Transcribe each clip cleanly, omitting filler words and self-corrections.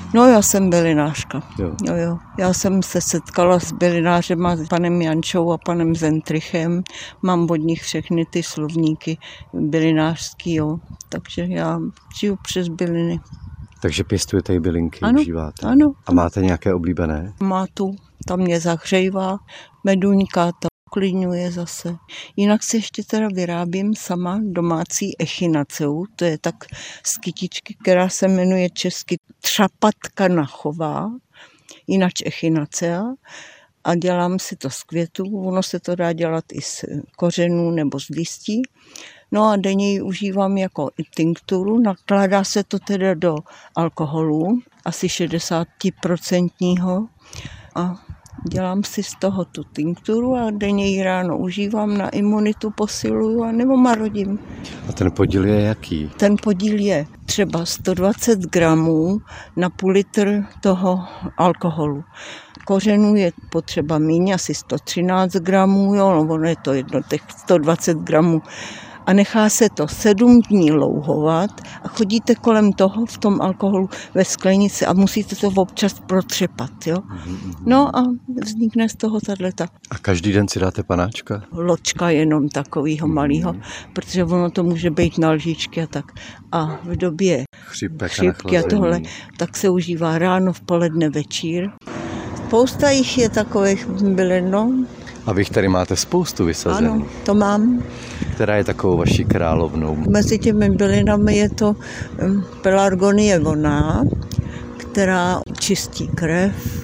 No, já jsem bylinářka. Jo. Jo. Já jsem se setkala s bylinářema, s panem Jančou a panem Zentrichem. Mám od nich všechny ty slovníky bylinářský, jo. Takže já žiju přes byliny. Takže pěstujete i bylinky, Ano, užíváte? ano. A máte nějaké oblíbené? Mátu, ta mě zahřejvá, meduňka, ta uklidňuje zase. Jinak si ještě teda vyrábím sama domácí echinaceu, to je tak z kytičky, která se jmenuje česky třapatka nachová, jinak echinacea. A dělám si to z květů, ono se to dá dělat i z kořenů nebo z listí. No a denně ji užívám jako tinkturu, nakládá se to teda do alkoholu, asi 60% a dělám si z toho tu tinkturu a denně ji ráno užívám, na imunitu posiluju a nebo marodím. A ten podíl je jaký? Ten podíl je třeba 120 gramů na půl litr toho alkoholu. Kořenů je potřeba míň, asi 113 gramů, jo, no ono je to jedno, těch 120 gramů. A nechá se to 7 dní louhovat a chodíte kolem toho v tom alkoholu ve sklenici a musíte to občas protřepat, jo. No a vznikne z toho tato. A každý den si dáte panáčka? Ločka jenom takovýho malýho, protože ono to může být na lžičky a tak. A v době chřipky a tohle, tak se užívá ráno, v poledne, večír. Spousta jich je takových bylin, no. A vy tady máte spoustu vysazených. Ano, to mám. Která je takovou vaší královnou? Mezi těmi bylinami je to pelargonie vonná, která čistí krev,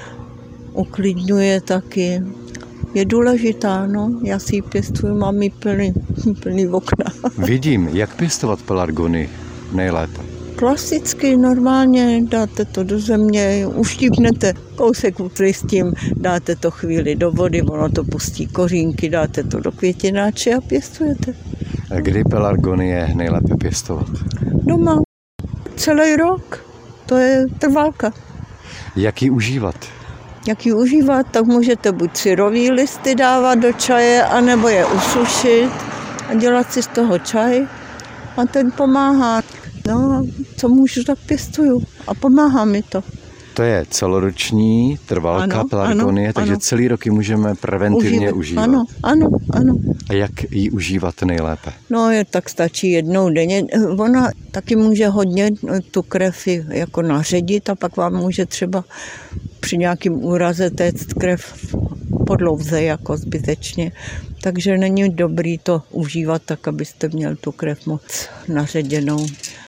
uklidňuje taky. Je důležitá, no. Já si ji pěstuju, mám ji plný okna. Vidím, jak pěstovat pelargonii nejlépe. Klasicky, normálně dáte to do země, uštípnete kousek utrystím, dáte to chvíli do vody, ono to pustí kořínky, dáte to do květináče a pěstujete. A kdy pelargonie nejlépe pěstovat? Doma. Celý rok. To je trvalka. Jak ji užívat? Jak ji užívat, tak můžete buď syrový listy dávat do čaje, anebo je usušit a dělat si z toho čaj a ten pomáhá. No, co můžu, tak pěstuju a pomáhá mi to. To je celoroční trvalka pelargonie, takže celý rok ji můžeme preventivně užívat. Ano. A jak ji užívat nejlépe? No, tak stačí jednou denně. Ona taky může hodně tu krev jako naředit a pak vám může třeba při nějakým úraze téct krev v podlouze jako zbytečně. Takže není dobrý to užívat tak, abyste měl tu krev moc naředěnou.